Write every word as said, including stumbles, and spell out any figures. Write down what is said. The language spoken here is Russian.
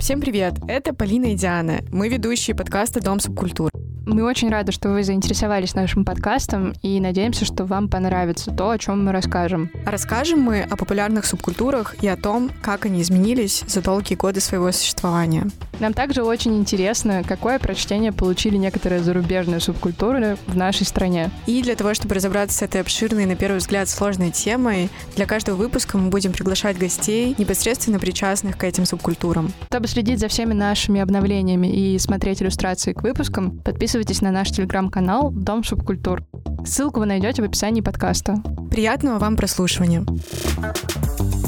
Всем привет, это Полина и Диана. Мы ведущие подкаста «Дом субкультур». Мы очень рады, что вы заинтересовались нашим подкастом и надеемся, что вам понравится то, о чем мы расскажем. А расскажем мы о популярных субкультурах и о том, как они изменились за долгие годы своего существования. Нам также очень интересно, какое прочтение получили некоторые зарубежные субкультуры в нашей стране. И для того, чтобы разобраться с этой обширной, на первый взгляд, сложной темой, для каждого выпуска мы будем приглашать гостей, непосредственно причастных к этим субкультурам. Чтобы следить за всеми нашими обновлениями и смотреть иллюстрации к выпускам, подписывайтесь на наш телеграм-канал «Дом субкультур». Ссылку вы найдете в описании подкаста. Приятного вам прослушивания!